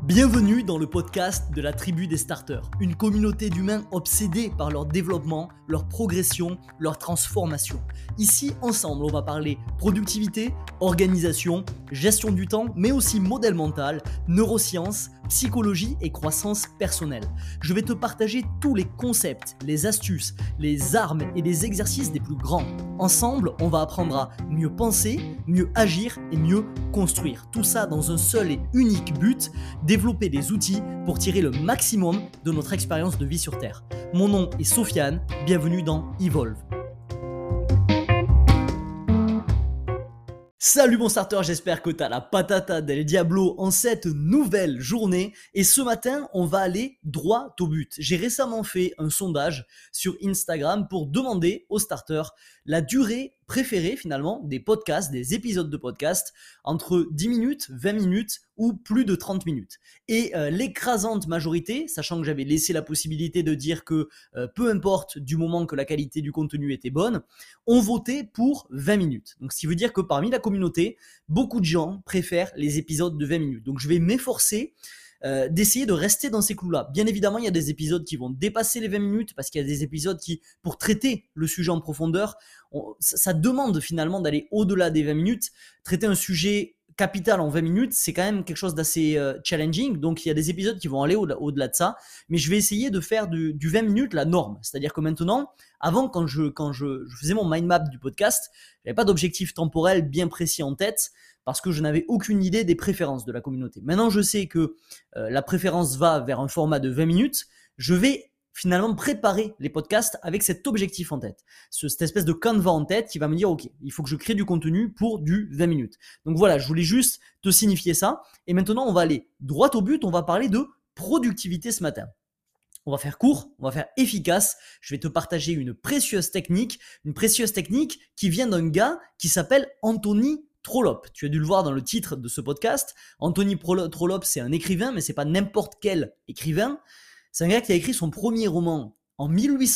Bienvenue dans le podcast de la tribu des starters, une communauté d'humains obsédés par leur développement, leur progression, leur transformation. Ici, ensemble, on va parler productivité, organisation, gestion du temps, mais aussi modèle mental, neurosciences, psychologie et croissance personnelle. Je vais te partager tous les concepts, les astuces, les armes et les exercices des plus grands. Ensemble, on va apprendre à mieux penser, mieux agir et mieux construire. Tout ça dans un seul et unique but, développer des outils pour tirer le maximum de notre expérience de vie sur Terre. Mon nom est Sofiane, bienvenue dans Evolve. Salut mon starter, j'espère que t'as la patata del diablo en cette nouvelle journée et ce matin on va aller droit au but. J'ai récemment fait un sondage sur Instagram pour demander aux starters la durée préférée finalement des podcasts, des épisodes de podcast entre 10 minutes, 20 minutes ou plus de 30 minutes. Et l'écrasante majorité, sachant que j'avais laissé la possibilité de dire que peu importe du moment que la qualité du contenu était bonne, ont voté pour 20 minutes. Donc ce qui veut dire que parmi la communauté, beaucoup de gens préfèrent les épisodes de 20 minutes. Donc je vais m'efforcer d'essayer de rester dans ces clous-là. Bien évidemment, il y a des épisodes qui vont dépasser les 20 minutes parce qu'il y a des épisodes qui, pour traiter le sujet en profondeur, ça demande finalement d'aller au-delà des 20 minutes. Traiter un sujet capital en 20 minutes, c'est quand même quelque chose d'assez challenging. Donc, il y a des épisodes qui vont aller au-delà de ça. Mais je vais essayer de faire du 20 minutes la norme. C'est-à-dire que maintenant, avant, quand je faisais mon mind map du podcast, je n'avais pas d'objectif temporel bien précis en tête parce que je n'avais aucune idée des préférences de la communauté. Maintenant, je sais que la préférence va vers un format de 20 minutes. Je vais finalement préparer les podcasts avec cet objectif en tête. Cette espèce de canevas en tête qui va me dire, ok, il faut que je crée du contenu pour du 20 minutes. Donc voilà, je voulais juste te signifier ça. Et maintenant, on va aller droit au but. On va parler de productivité ce matin. On va faire court, on va faire efficace. Je vais te partager une précieuse technique qui vient d'un gars qui s'appelle Anthony Trollope. Tu as dû le voir dans le titre de ce podcast. Anthony Trollope, c'est un écrivain, mais c'est pas n'importe quel écrivain. C'est un gars qui a écrit son premier roman en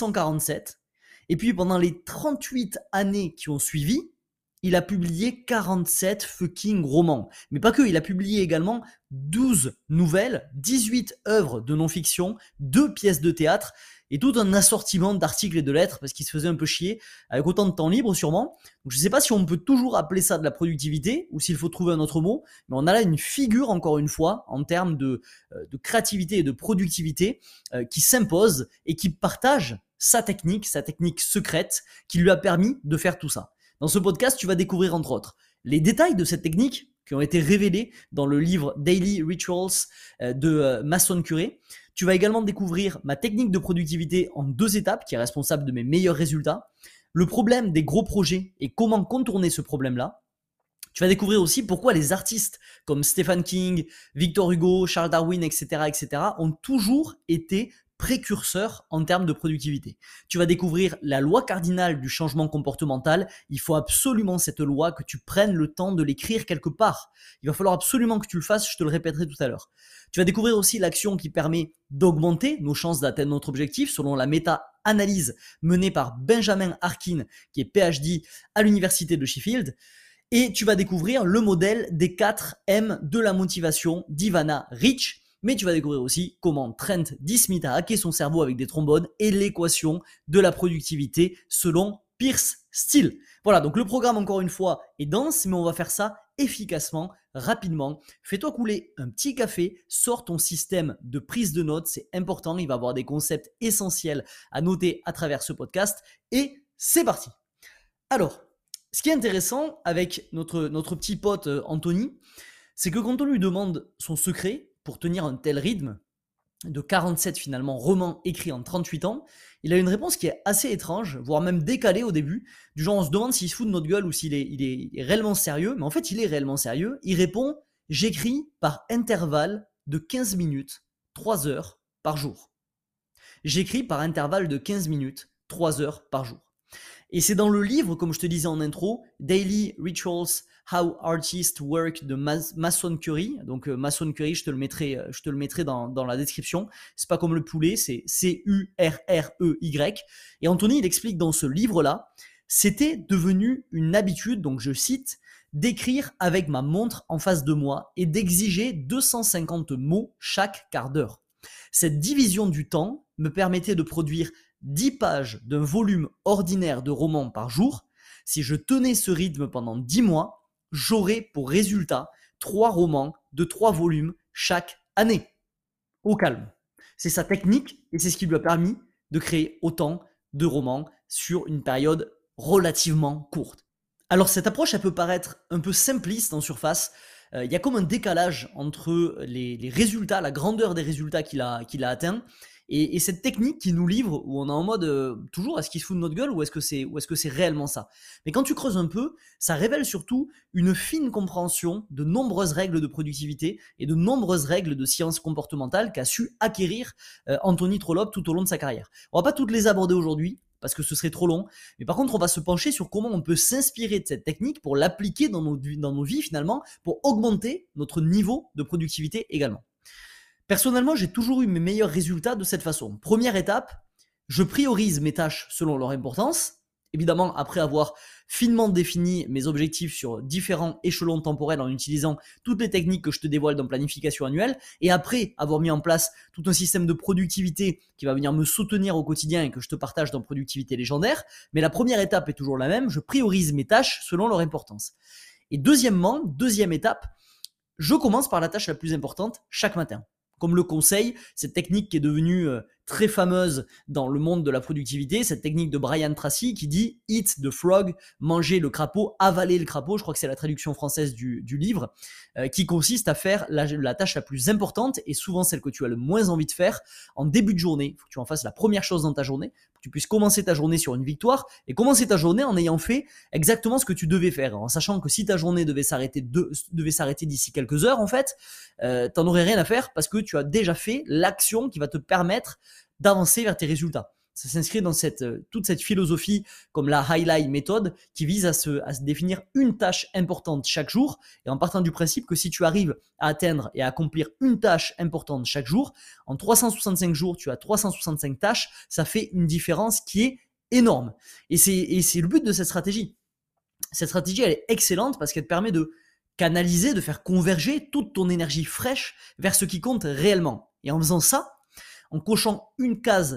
1847. Et puis pendant les 38 années qui ont suivi, il a publié 47 fucking romans. Mais pas que, il a publié également 12 nouvelles, 18 œuvres de non-fiction, 2 pièces de théâtre et tout un assortiment d'articles et de lettres parce qu'il se faisait un peu chier avec autant de temps libre sûrement. Donc je ne sais pas si on peut toujours appeler ça de la productivité ou s'il faut trouver un autre mot, mais on a là une figure encore une fois en termes de créativité et de productivité qui s'impose et qui partage sa technique secrète qui lui a permis de faire tout ça. Dans ce podcast, tu vas découvrir entre autres les détails de cette technique qui ont été révélés dans le livre Daily Rituals de Mason Curry. Tu vas également découvrir ma technique de productivité en 2 étapes qui est responsable de mes meilleurs résultats, le problème des gros projets et comment contourner ce problème-là. Tu vas découvrir aussi pourquoi les artistes comme Stephen King, Victor Hugo, Charles Darwin, etc. ont toujours été précurseur en termes de productivité. Tu vas découvrir la loi cardinale du changement comportemental. Il faut absolument cette loi que tu prennes le temps de l'écrire quelque part. Il va falloir absolument que tu le fasses, je te le répéterai tout à l'heure. Tu vas découvrir aussi l'action qui permet d'augmenter nos chances d'atteindre notre objectif selon la méta-analyse menée par Benjamin Harkin, qui est PhD à l'université de Sheffield. Et tu vas découvrir le modèle des 4 M de la motivation d'Ivana Rich. Mais tu vas découvrir aussi comment Trent D. Smith a hacké son cerveau avec des trombones et l'équation de la productivité selon Peirce Steele. Voilà, donc le programme encore une fois est dense, mais on va faire ça efficacement, rapidement. Fais-toi couler un petit café, sors ton système de prise de notes, c'est important, il va y avoir des concepts essentiels à noter à travers ce podcast et c'est parti. Alors, ce qui est intéressant avec notre petit pote Anthony, c'est que quand on lui demande son secret, pour tenir un tel rythme de 47 finalement romans écrits en 38 ans, il a une réponse qui est assez étrange, voire même décalée au début, du genre on se demande s'il se fout de notre gueule ou s'il est réellement sérieux, mais en fait il est réellement sérieux. Il répond « J'écris par intervalle de 15 minutes, 3 heures par jour. » J'écris par intervalle de 15 minutes, 3 heures par jour. Et c'est dans le livre, comme je te disais en intro, Daily Rituals, How Artists Work de Mason Curry. Donc Mason Curry, je te le mettrai dans la description. C'est pas comme le poulet, c'est C-U-R-R-E-Y. Et Anthony, il explique dans ce livre-là C'était devenu une habitude, donc je cite, d'écrire avec ma montre en face de moi et d'exiger 250 mots chaque quart d'heure. Cette division du temps me permettait de produire 10 pages d'un volume ordinaire de romans par jour. Si je tenais ce rythme pendant 10 mois, j'aurais pour résultat 3 romans de 3 volumes chaque année. Au calme. C'est sa technique et c'est ce qui lui a permis de créer autant de romans sur une période relativement courte. Alors cette approche, elle peut paraître un peu simpliste en surface. Il y a comme un décalage entre les résultats, la grandeur des résultats qu'il a atteints, et cette technique qui nous livre, où on est en mode toujours, est-ce qu'il se fout de notre gueule ou est-ce que c'est réellement ça? Mais quand tu creuses un peu, ça révèle surtout une fine compréhension de nombreuses règles de productivité et de nombreuses règles de sciences comportementales qu'a su acquérir Anthony Trollope tout au long de sa carrière. On va pas toutes les aborder aujourd'hui, parce que ce serait trop long. Mais par contre, on va se pencher sur comment on peut s'inspirer de cette technique pour l'appliquer dans nos vies finalement, pour augmenter notre niveau de productivité également. Personnellement, j'ai toujours eu mes meilleurs résultats de cette façon. Première étape, je priorise mes tâches selon leur importance. Évidemment, après avoir finement défini mes objectifs sur différents échelons temporels en utilisant toutes les techniques que je te dévoile dans planification annuelle, et après avoir mis en place tout un système de productivité qui va venir me soutenir au quotidien et que je te partage dans Productivité légendaire, mais la première étape est toujours la même, je priorise mes tâches selon leur importance. Et deuxièmement, deuxième étape, je commence par la tâche la plus importante chaque matin. Comme le conseille cette technique qui est devenue très fameuse dans le monde de la productivité, cette technique de Brian Tracy qui dit « eat the frog », manger le crapaud, avaler le crapaud, je crois que c'est la traduction française du livre, qui consiste à faire la tâche la plus importante et souvent celle que tu as le moins envie de faire en début de journée. Il faut que tu en fasses la première chose dans ta journée, pour que tu puisses commencer ta journée sur une victoire et commencer ta journée en ayant fait exactement ce que tu devais faire, en sachant que si ta journée devait s'arrêter d'ici quelques heures, en fait, t'en aurais rien à faire parce que tu as déjà fait l'action qui va te permettre d'avancer vers tes résultats. Ça s'inscrit dans toute cette philosophie comme la highlight méthode qui vise à se définir une tâche importante chaque jour et en partant du principe que si tu arrives à atteindre et à accomplir une tâche importante chaque jour, en 365 jours, tu as 365 tâches, ça fait une différence qui est énorme. Et c'est le but de cette stratégie. Cette stratégie, elle est excellente parce qu'elle te permet de canaliser, de faire converger toute ton énergie fraîche vers ce qui compte réellement. Et en faisant ça, en cochant une tâche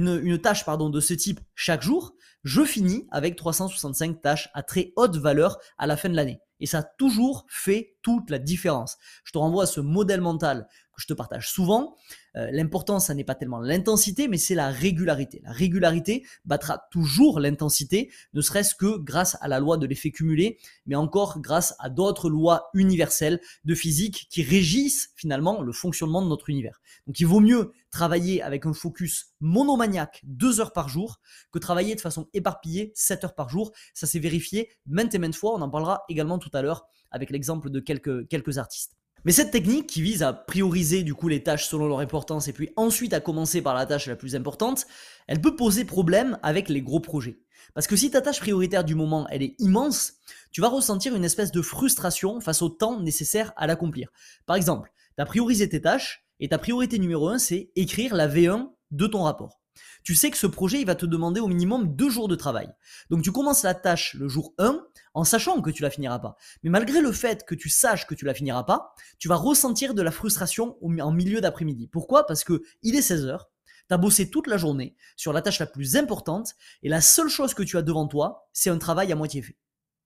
de ce type chaque jour, je finis avec 365 tâches à très haute valeur à la fin de l'année. Et ça a toujours fait toute la différence. Je te renvoie à ce modèle mental que je te partage souvent. L'important, ça n'est pas tellement l'intensité, mais c'est la régularité. La régularité battra toujours l'intensité, ne serait-ce que grâce à la loi de l'effet cumulé, mais encore grâce à d'autres lois universelles de physique qui régissent finalement le fonctionnement de notre univers. Donc il vaut mieux travailler avec un focus monomaniaque 2 heures par jour que travailler de façon éparpillée 7 heures par jour. Ça s'est vérifié maintes et maintes fois, on en parlera également tout à l'heure avec l'exemple de quelques artistes. Mais cette technique qui vise à prioriser du coup les tâches selon leur importance et puis ensuite à commencer par la tâche la plus importante, elle peut poser problème avec les gros projets. Parce que si ta tâche prioritaire du moment elle est immense, tu vas ressentir une espèce de frustration face au temps nécessaire à l'accomplir. Par exemple, tu as priorisé tes tâches et ta priorité numéro 1 c'est écrire la V1 de ton rapport. Tu sais que ce projet il va te demander au minimum 2 jours de travail. Donc tu commences la tâche le jour 1 en sachant que tu la finiras pas. Mais malgré le fait que tu saches que tu la finiras pas, tu vas ressentir de la frustration en milieu d'après-midi. Pourquoi ? Parce que il est 16 heures, tu as bossé toute la journée sur la tâche la plus importante et la seule chose que tu as devant toi, c'est un travail à moitié fait.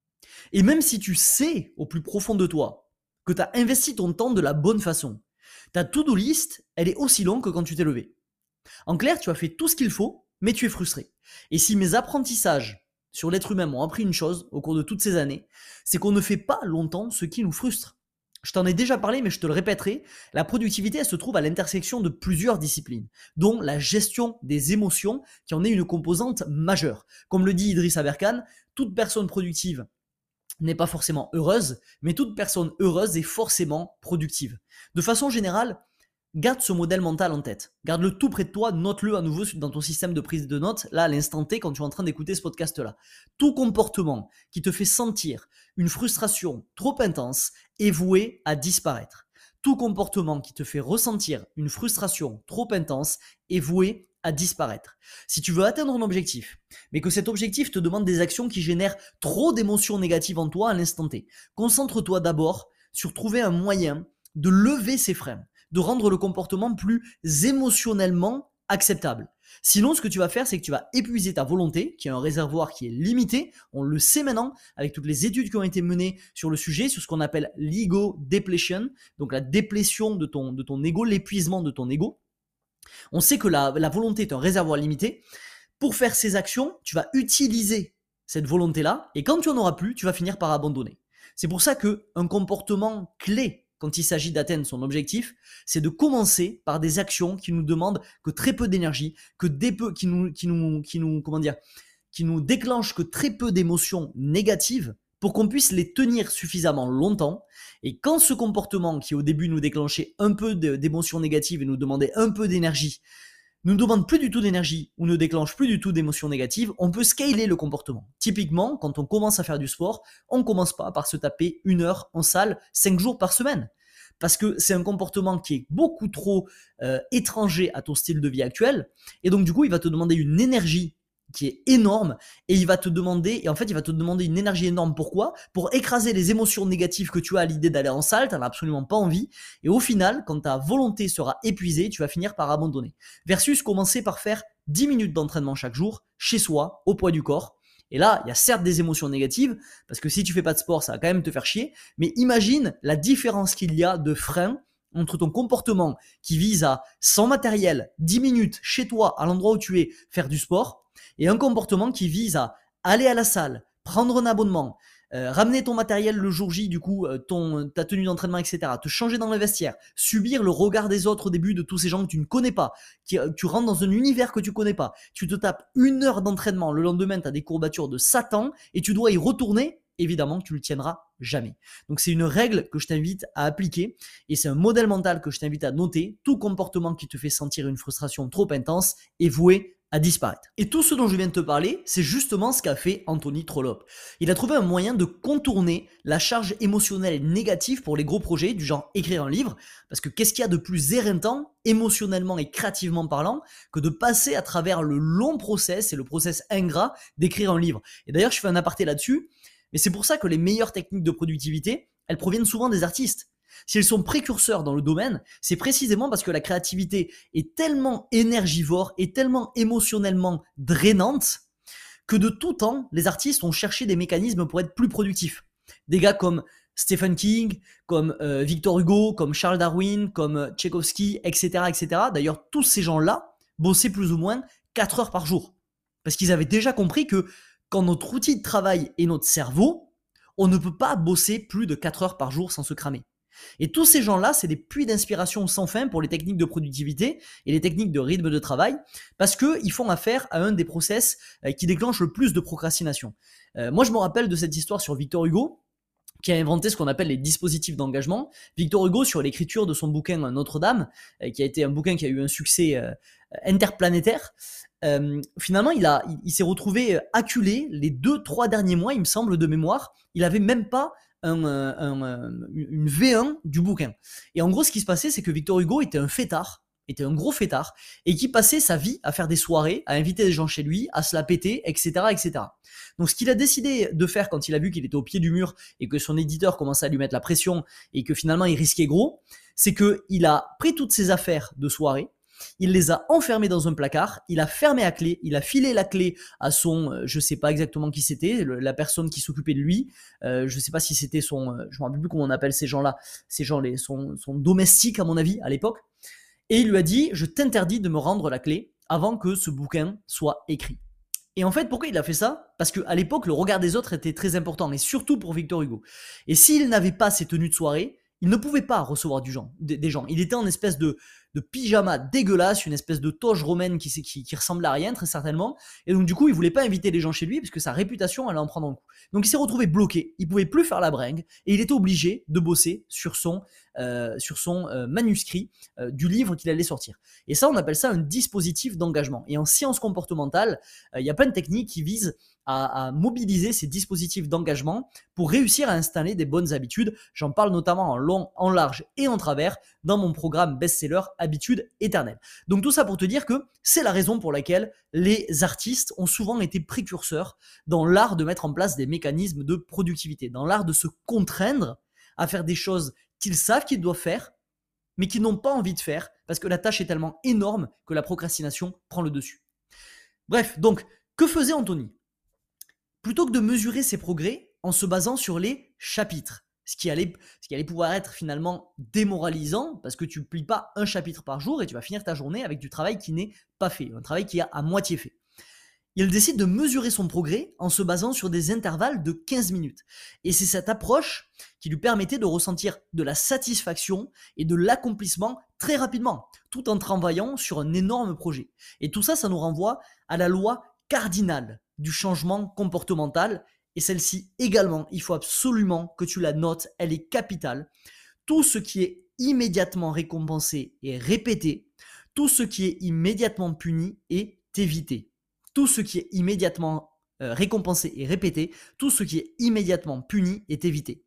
Et même si tu sais au plus profond de toi que tu as investi ton temps de la bonne façon, ta to-do list, elle est aussi longue que quand tu t'es levé. En clair, tu as fait tout ce qu'il faut, mais tu es frustré. Et si mes apprentissages sur l'être humain m'ont appris une chose au cours de toutes ces années, c'est qu'on ne fait pas longtemps ce qui nous frustre. Je t'en ai déjà parlé, mais je te le répéterai, la productivité elle se trouve à l'intersection de plusieurs disciplines, dont la gestion des émotions qui en est une composante majeure. Comme le dit Idriss Aberkan, toute personne productive n'est pas forcément heureuse, mais toute personne heureuse est forcément productive. De façon générale, garde ce modèle mental en tête. Garde-le tout près de toi, note-le à nouveau dans ton système de prise de notes, là à l'instant T quand tu es en train d'écouter ce podcast-là. Tout comportement qui te fait sentir une frustration trop intense est voué à disparaître. Tout comportement qui te fait ressentir une frustration trop intense est voué à disparaître. Si tu veux atteindre un objectif, mais que cet objectif te demande des actions qui génèrent trop d'émotions négatives en toi à l'instant T, concentre-toi d'abord sur trouver un moyen de lever ces freins, de rendre le comportement plus émotionnellement acceptable. Sinon, ce que tu vas faire, c'est que tu vas épuiser ta volonté, qui est un réservoir qui est limité. On le sait maintenant avec toutes les études qui ont été menées sur le sujet, sur ce qu'on appelle l'ego depletion, donc la déplétion de ton ego, l'épuisement de ton ego. On sait que la volonté est un réservoir limité. Pour faire ces actions, tu vas utiliser cette volonté-là, et quand tu en auras plus, tu vas finir par abandonner. C'est pour ça qu'un comportement clé quand il s'agit d'atteindre son objectif, c'est de commencer par des actions qui nous demandent que très peu d'énergie, qui nous déclenchent que très peu d'émotions négatives pour qu'on puisse les tenir suffisamment longtemps. Et quand ce comportement qui au début nous déclenchait un peu d'émotions négatives et nous demandait un peu d'énergie, ne demande plus du tout d'énergie ou ne déclenche plus du tout d'émotions négatives, on peut scaler le comportement. Typiquement, quand on commence à faire du sport, on ne commence pas par se taper 1 heure en salle 5 jours par semaine. Parce que c'est un comportement qui est beaucoup trop étranger à ton style de vie actuel. Et donc, du coup, il va te demander une énergie qui est énorme et il va te demander une énergie énorme. Pourquoi ? Pour écraser les émotions négatives que tu as à l'idée d'aller en salle, tu n'en as absolument pas envie. Et au final, quand ta volonté sera épuisée, tu vas finir par abandonner. Versus commencer par faire 10 minutes d'entraînement chaque jour, chez soi, au poids du corps. Et là, il y a certes des émotions négatives, parce que si tu fais pas de sport, ça va quand même te faire chier, mais imagine la différence qu'il y a de frein entre ton comportement qui vise à, sans matériel, 10 minutes chez toi, à l'endroit où tu es, faire du sport, et un comportement qui vise à aller à la salle, prendre un abonnement, ramener ton matériel le jour J, du coup, ta tenue d'entraînement, etc., te changer dans le vestiaire, subir le regard des autres au début de tous ces gens que tu ne connais pas, tu rentres dans un univers que tu connais pas, tu te tapes 1 heure d'entraînement, le lendemain, tu as des courbatures de Satan, et tu dois y retourner, évidemment que tu le tiendras jamais. Donc c'est une règle que je t'invite à appliquer, et c'est un modèle mental que je t'invite à noter. Tout comportement qui te fait sentir une frustration trop intense est voué à disparaître. Et tout ce dont je viens de te parler, c'est justement ce qu'a fait Anthony Trollope. Il a trouvé un moyen de contourner la charge émotionnelle négative pour les gros projets, du genre écrire un livre, parce que qu'est-ce qu'il y a de plus éreintant, émotionnellement et créativement parlant, que de passer à travers le long process et le process ingrat d'écrire un livre. Et d'ailleurs, je fais un aparté là-dessus, mais c'est pour ça que les meilleures techniques de productivité, elles proviennent souvent des artistes. Si elles sont précurseurs dans le domaine, c'est précisément parce que la créativité est tellement énergivore et tellement émotionnellement drainante que de tout temps, les artistes ont cherché des mécanismes pour être plus productifs. Des gars comme Stephen King, comme Victor Hugo, comme Charles Darwin, comme Tchaïkovski, etc., etc. D'ailleurs, tous ces gens-là bossaient plus ou moins 4 heures par jour. Parce qu'ils avaient déjà compris que quand notre outil de travail est notre cerveau, on ne peut pas bosser plus de 4 heures par jour sans se cramer. Et tous ces gens-là, c'est des puits d'inspiration sans fin pour les techniques de productivité et les techniques de rythme de travail, parce qu'ils font affaire à un des process qui déclenche le plus de procrastination. Moi, je me rappelle de cette histoire sur Victor Hugo, qui a inventé ce qu'on appelle les dispositifs d'engagement. Victor Hugo, sur l'écriture de son bouquin Notre-Dame, qui a été un bouquin qui a eu un succès interplanétaire, finalement, il s'est retrouvé acculé les 2-3 derniers mois, il me semble, de mémoire. Il avait même pas une V1 du bouquin. Et en gros, ce qui se passait, c'est que Victor Hugo était un gros fêtard, et qui passait sa vie à faire des soirées, à inviter des gens chez lui, à se la péter, etc., etc. Donc ce qu'il a décidé de faire quand il a vu qu'il était au pied du mur et que son éditeur commençait à lui mettre la pression et que finalement il risquait gros, c'est qu'il a pris toutes ses affaires de soirée, il les a enfermés dans un placard, il a fermé à clé, il a filé la clé à son, je sais pas exactement qui c'était, la personne qui s'occupait de lui, je sais pas si c'était son, je me rappelle plus comment on appelle ces gens-là, son domestique à mon avis à l'époque, et il lui a dit, je t'interdis de me rendre la clé avant que ce bouquin soit écrit. Et en fait, pourquoi il a fait ça ? Parce qu'à l'époque, le regard des autres était très important, et surtout pour Victor Hugo. Et s'il n'avait pas ses tenues de soirée, il ne pouvait pas recevoir des gens. Il était en espèce de pyjama dégueulasse, une espèce de toge romaine qui ressemblait à rien, très certainement. Et donc, du coup, il voulait pas inviter les gens chez lui parce que sa réputation allait en prendre un coup. Donc, il s'est retrouvé bloqué. Il pouvait plus faire la bringue et il était obligé de bosser sur son manuscrit du livre qu'il allait sortir. Et ça, on appelle ça un dispositif d'engagement. Et en sciences comportementales, il y a plein de techniques qui visent à mobiliser ces dispositifs d'engagement pour réussir à installer des bonnes habitudes. J'en parle notamment en long, en large et en travers dans mon programme best-seller Habitudes éternelles. Donc tout ça pour te dire que c'est la raison pour laquelle les artistes ont souvent été précurseurs dans l'art de mettre en place des mécanismes de productivité, dans l'art de se contraindre à faire des choses qu'ils savent qu'ils doivent faire, mais qu'ils n'ont pas envie de faire parce que la tâche est tellement énorme que la procrastination prend le dessus. Bref, donc, que faisait Anthony? Plutôt que de mesurer ses progrès en se basant sur les chapitres, ce qui allait pouvoir être finalement démoralisant parce que tu ne plies pas un chapitre par jour et tu vas finir ta journée avec du travail qui n'est pas fait, un travail qui est à moitié fait. Il décide de mesurer son progrès en se basant sur des intervalles de 15 minutes. Et c'est cette approche qui lui permettait de ressentir de la satisfaction et de l'accomplissement très rapidement, tout en travaillant sur un énorme projet. Et tout ça, ça nous renvoie à la loi cardinale du changement comportemental. Et celle-ci également, il faut absolument que tu la notes, elle est capitale. Tout ce qui est immédiatement récompensé est répété. Tout ce qui est immédiatement puni est évité. Tout ce qui est immédiatement récompensé est répété, tout ce qui est immédiatement puni est évité.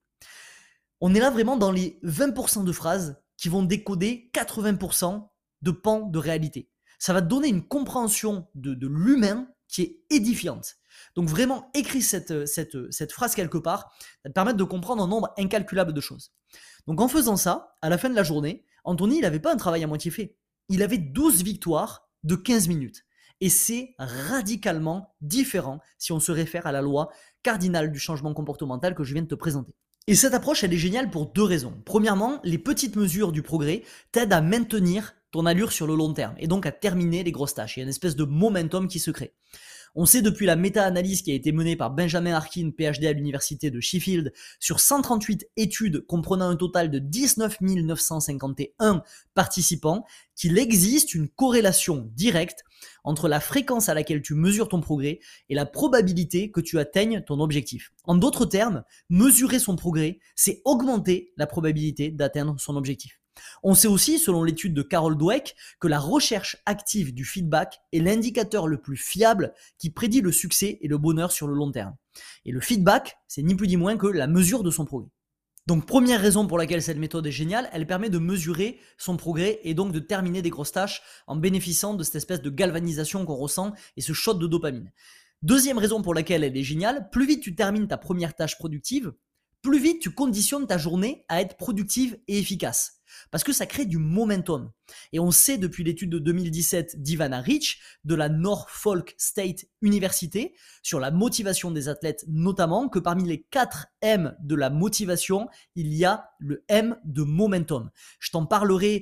On est là vraiment dans les 20% de phrases qui vont décoder 80% de pans de réalité. Ça va te donner une compréhension de l'humain qui est édifiante. Donc vraiment, écris cette phrase quelque part, ça va te permettre de comprendre un nombre incalculable de choses. Donc en faisant ça, à la fin de la journée, Anthony, il n'avait pas un travail à moitié fait. Il avait 12 victoires de 15 minutes. Et c'est radicalement différent si on se réfère à la loi cardinale du changement comportemental que je viens de te présenter. Et cette approche, elle est géniale pour deux raisons. Premièrement, les petites mesures du progrès t'aident à maintenir ton allure sur le long terme et donc à terminer les grosses tâches. Il y a une espèce de momentum qui se crée. On sait depuis la méta-analyse qui a été menée par Benjamin Harkin, PhD à l'université de Sheffield, sur 138 études comprenant un total de 19 951 participants, qu'il existe une corrélation directe entre la fréquence à laquelle tu mesures ton progrès et la probabilité que tu atteignes ton objectif. En d'autres termes, mesurer son progrès, c'est augmenter la probabilité d'atteindre son objectif. On sait aussi, selon l'étude de Carol Dweck, que la recherche active du feedback est l'indicateur le plus fiable qui prédit le succès et le bonheur sur le long terme. Et le feedback, c'est ni plus ni moins que la mesure de son progrès. Donc première raison pour laquelle cette méthode est géniale, elle permet de mesurer son progrès et donc de terminer des grosses tâches en bénéficiant de cette espèce de galvanisation qu'on ressent et ce shot de dopamine. Deuxième raison pour laquelle elle est géniale, plus vite tu termines ta première tâche productive, plus vite tu conditionnes ta journée à être productive et efficace. Parce que ça crée du momentum. Et on sait depuis l'étude de 2017 d'Ivana Rich de la Norfolk State University sur la motivation des athlètes notamment que parmi les 4 M de la motivation, il y a le M de momentum. Je t'en parlerai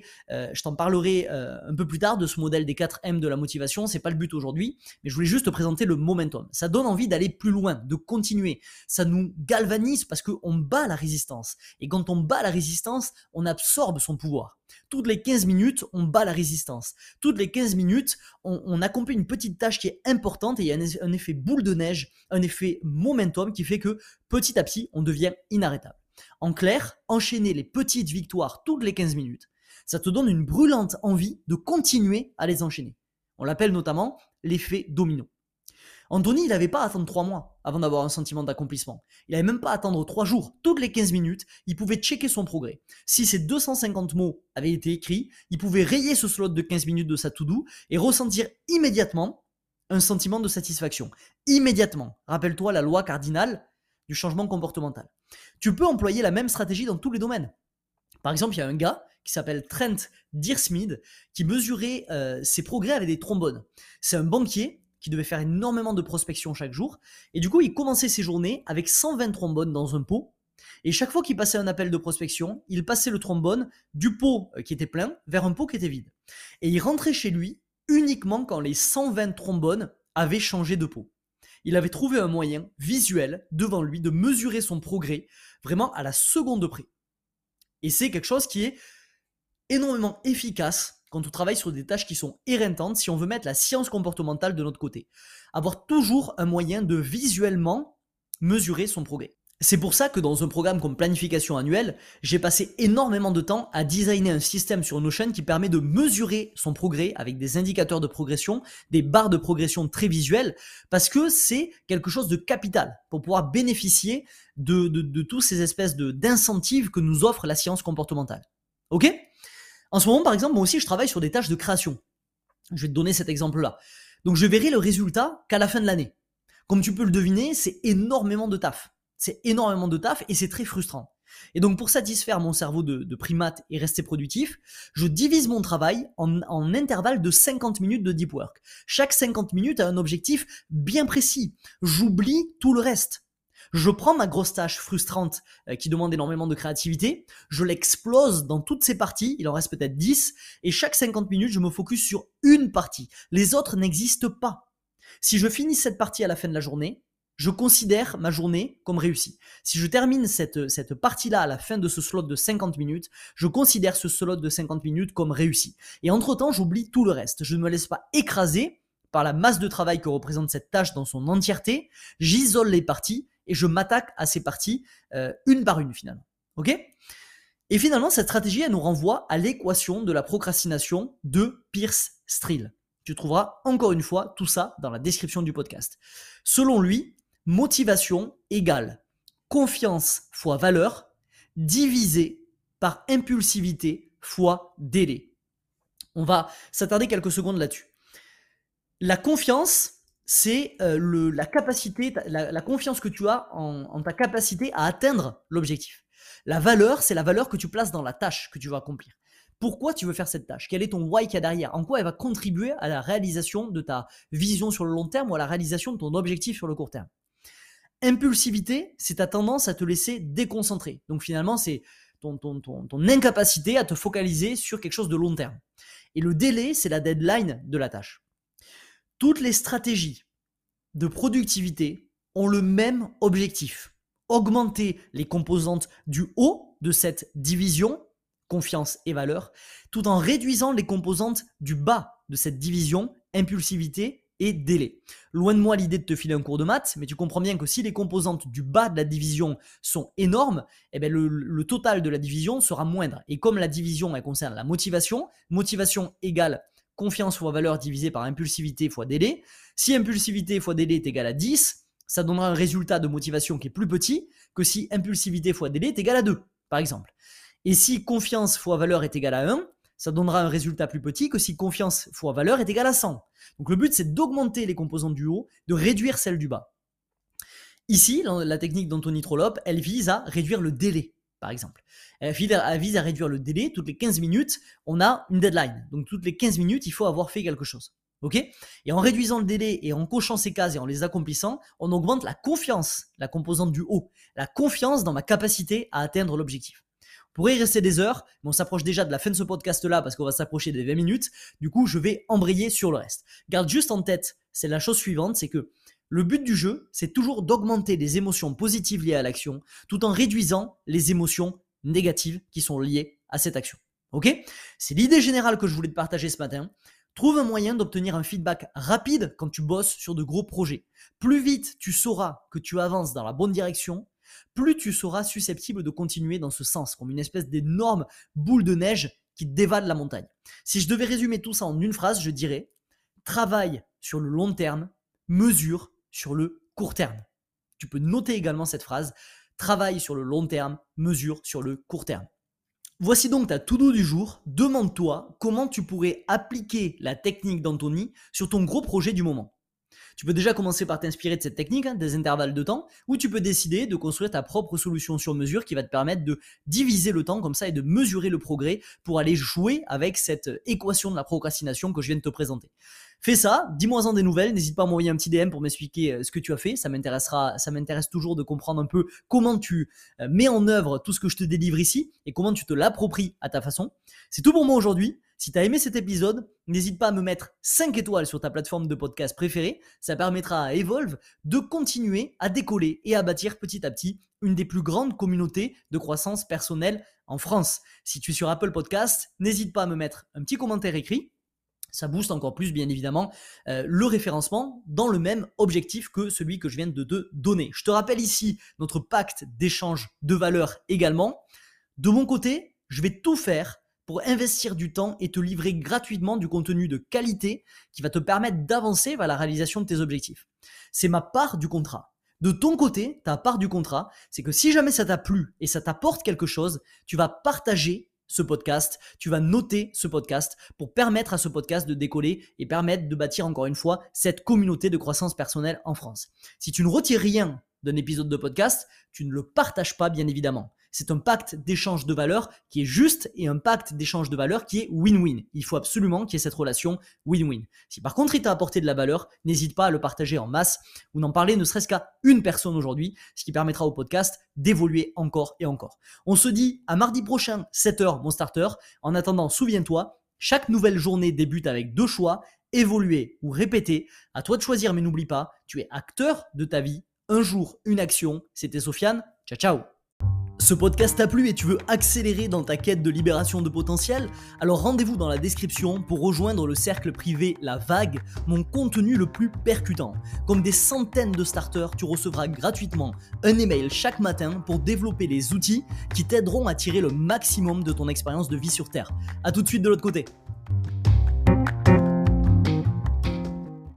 un peu plus tard de ce modèle des 4 M de la motivation, c'est pas le but aujourd'hui, mais je voulais juste te présenter le momentum. Ça donne envie d'aller plus loin, de continuer. Ça nous galvanise parce qu'on bat la résistance. Et quand on bat la résistance, on absorbe son pouvoir. Toutes les 15 minutes, on bat la résistance. Toutes les 15 minutes, on accomplit une petite tâche qui est importante et il y a un effet boule de neige, un effet momentum qui fait que petit à petit, on devient inarrêtable. En clair, enchaîner les petites victoires toutes les 15 minutes, ça te donne une brûlante envie de continuer à les enchaîner. On l'appelle notamment l'effet domino. Anthony, il n'avait pas à attendre 3 mois avant d'avoir un sentiment d'accomplissement. Il n'avait même pas à attendre 3 jours. Toutes les 15 minutes, il pouvait checker son progrès. Si ces 250 mots avaient été écrits, il pouvait rayer ce slot de 15 minutes de sa to-do et ressentir immédiatement un sentiment de satisfaction. Immédiatement. Rappelle-toi la loi cardinale du changement comportemental. Tu peux employer la même stratégie dans tous les domaines. Par exemple, il y a un gars qui s'appelle Trent Dearsmith qui mesurait ses progrès avec des trombones. C'est un banquier qui devait faire énormément de prospection chaque jour. Et du coup, il commençait ses journées avec 120 trombones dans un pot. Et chaque fois qu'il passait un appel de prospection, il passait le trombone du pot qui était plein vers un pot qui était vide. Et il rentrait chez lui uniquement quand les 120 trombones avaient changé de pot. Il avait trouvé un moyen visuel devant lui de mesurer son progrès vraiment à la seconde près. Et c'est quelque chose qui est énormément efficace quand on travaille sur des tâches qui sont éreintantes, si on veut mettre la science comportementale de notre côté. Avoir toujours un moyen de visuellement mesurer son progrès. C'est pour ça que dans un programme comme planification annuelle, j'ai passé énormément de temps à designer un système sur Notion qui permet de mesurer son progrès avec des indicateurs de progression, des barres de progression très visuelles, parce que c'est quelque chose de capital pour pouvoir bénéficier de tous ces espèces d'incentives que nous offre la science comportementale. Ok ? En ce moment, par exemple, moi aussi, je travaille sur des tâches de création. Je vais te donner cet exemple-là. Donc, je verrai le résultat qu'à la fin de l'année. Comme tu peux le deviner, c'est énormément de taf. C'est énormément de taf et c'est très frustrant. Et donc, pour satisfaire mon cerveau de primate et rester productif, je divise mon travail en intervalles de 50 minutes de deep work. Chaque 50 minutes a un objectif bien précis. J'oublie tout le reste. Je prends ma grosse tâche frustrante qui demande énormément de créativité, je l'explose dans toutes ses parties, il en reste peut-être 10, et chaque 50 minutes, je me focus sur une partie. Les autres n'existent pas. Si je finis cette partie à la fin de la journée, je considère ma journée comme réussie. Si je termine cette partie-là à la fin de ce slot de 50 minutes, je considère ce slot de 50 minutes comme réussi. Et entre-temps, j'oublie tout le reste. Je ne me laisse pas écraser par la masse de travail que représente cette tâche dans son entièreté. J'isole les parties et je m'attaque à ces parties une par une finalement. Ok ? Et finalement, cette stratégie, elle nous renvoie à l'équation de la procrastination de Peirce-Stril. Tu trouveras encore une fois tout ça dans la description du podcast. Selon lui, motivation égale confiance fois valeur divisé par impulsivité fois délai. On va s'attarder quelques secondes là-dessus. La confiance, c'est la capacité, la confiance que tu as en ta capacité à atteindre l'objectif. La valeur, c'est la valeur que tu places dans la tâche que tu vas accomplir. Pourquoi tu veux faire cette tâche ? Quel est ton why qu'il y a derrière ? En quoi elle va contribuer à la réalisation de ta vision sur le long terme ou à la réalisation de ton objectif sur le court terme ? Impulsivité, c'est ta tendance à te laisser déconcentrer. Donc finalement, c'est ton incapacité à te focaliser sur quelque chose de long terme. Et le délai, c'est la deadline de la tâche. Toutes les stratégies de productivité ont le même objectif. Augmenter les composantes du haut de cette division, confiance et valeur, tout en réduisant les composantes du bas de cette division, impulsivité et délai. Loin de moi l'idée de te filer un cours de maths, mais tu comprends bien que si les composantes du bas de la division sont énormes, eh bien le total de la division sera moindre. Et comme la division elle concerne la motivation, motivation égale confiance fois valeur divisé par impulsivité fois délai. Si impulsivité fois délai est égal à 10, ça donnera un résultat de motivation qui est plus petit que si impulsivité fois délai est égal à 2, par exemple. Et si confiance fois valeur est égal à 1, ça donnera un résultat plus petit que si confiance fois valeur est égal à 100. Donc le but, c'est d'augmenter les composantes du haut, de réduire celles du bas. Ici, la technique d'Anthony Trollope, elle vise à réduire le délai, par exemple. Elle vise à réduire le délai. Toutes les 15 minutes, on a une deadline. Donc toutes les 15 minutes, il faut avoir fait quelque chose. Okay ? Et en réduisant le délai et en cochant ces cases et en les accomplissant, on augmente la confiance, la composante du haut, la confiance dans ma capacité à atteindre l'objectif. On pourrait y rester des heures, mais on s'approche déjà de la fin de ce podcast-là parce qu'on va s'approcher des 20 minutes. Du coup, je vais embrayer sur le reste. Garde juste en tête, c'est la chose suivante, c'est que le but du jeu, c'est toujours d'augmenter les émotions positives liées à l'action, tout en réduisant les émotions négatives qui sont liées à cette action. Ok ? C'est l'idée générale que je voulais te partager ce matin. Trouve un moyen d'obtenir un feedback rapide quand tu bosses sur de gros projets. Plus vite tu sauras que tu avances dans la bonne direction, plus tu seras susceptible de continuer dans ce sens, comme une espèce d'énorme boule de neige qui dévale la montagne. Si je devais résumer tout ça en une phrase, je dirais « Travaille sur le long terme, mesure sur le court terme ». Tu peux noter également cette phrase « Travaille sur le long terme, mesure sur le court terme ». Voici donc ta to-do du jour. Demande-toi comment tu pourrais appliquer la technique d'Anthony sur ton gros projet du moment. Tu peux déjà commencer par t'inspirer de cette technique, des intervalles de temps, ou tu peux décider de construire ta propre solution sur mesure qui va te permettre de diviser le temps comme ça et de mesurer le progrès pour aller jouer avec cette équation de la procrastination que je viens de te présenter. Fais ça, dis-moi-en des nouvelles, n'hésite pas à m'envoyer un petit DM pour m'expliquer ce que tu as fait, ça m'intéresse toujours de comprendre un peu comment tu mets en œuvre tout ce que je te délivre ici et comment tu te l'appropries à ta façon. C'est tout pour moi aujourd'hui. Si tu as aimé cet épisode, n'hésite pas à me mettre 5 étoiles sur ta plateforme de podcast préférée. Ça permettra à Evolve de continuer à décoller et à bâtir petit à petit une des plus grandes communautés de croissance personnelle en France. Si tu es sur Apple Podcast, n'hésite pas à me mettre un petit commentaire écrit. Ça booste encore plus, bien évidemment, le référencement dans le même objectif que celui que je viens de te donner. Je te rappelle ici notre pacte d'échange de valeur également. De mon côté, je vais tout faire pour investir du temps et te livrer gratuitement du contenu de qualité qui va te permettre d'avancer vers la réalisation de tes objectifs. C'est ma part du contrat. De ton côté, ta part du contrat, c'est que si jamais ça t'a plu et ça t'apporte quelque chose, tu vas partager ce podcast, tu vas noter ce podcast pour permettre à ce podcast de décoller et permettre de bâtir encore une fois cette communauté de croissance personnelle en France. Si tu ne retires rien d'un épisode de podcast, tu ne le partages pas bien évidemment. C'est un pacte d'échange de valeur qui est juste et un pacte d'échange de valeur qui est win-win. Il faut absolument qu'il y ait cette relation win-win. Si par contre il t'a apporté de la valeur, n'hésite pas à le partager en masse ou n'en parler ne serait-ce qu'à une personne aujourd'hui, ce qui permettra au podcast d'évoluer encore et encore. On se dit à mardi prochain, 7h, mon starter. En attendant, souviens-toi, chaque nouvelle journée débute avec 2 choix, évoluer ou répéter. À toi de choisir, mais n'oublie pas, tu es acteur de ta vie. Un jour, une action. C'était Sofiane. Ciao, ciao. Ce podcast t'a plu et tu veux accélérer dans ta quête de libération de potentiel? Alors rendez-vous dans la description pour rejoindre le cercle privé La Vague, mon contenu le plus percutant. Comme des centaines de starters, tu recevras gratuitement un email chaque matin pour développer les outils qui t'aideront à tirer le maximum de ton expérience de vie sur Terre. A tout de suite de l'autre côté.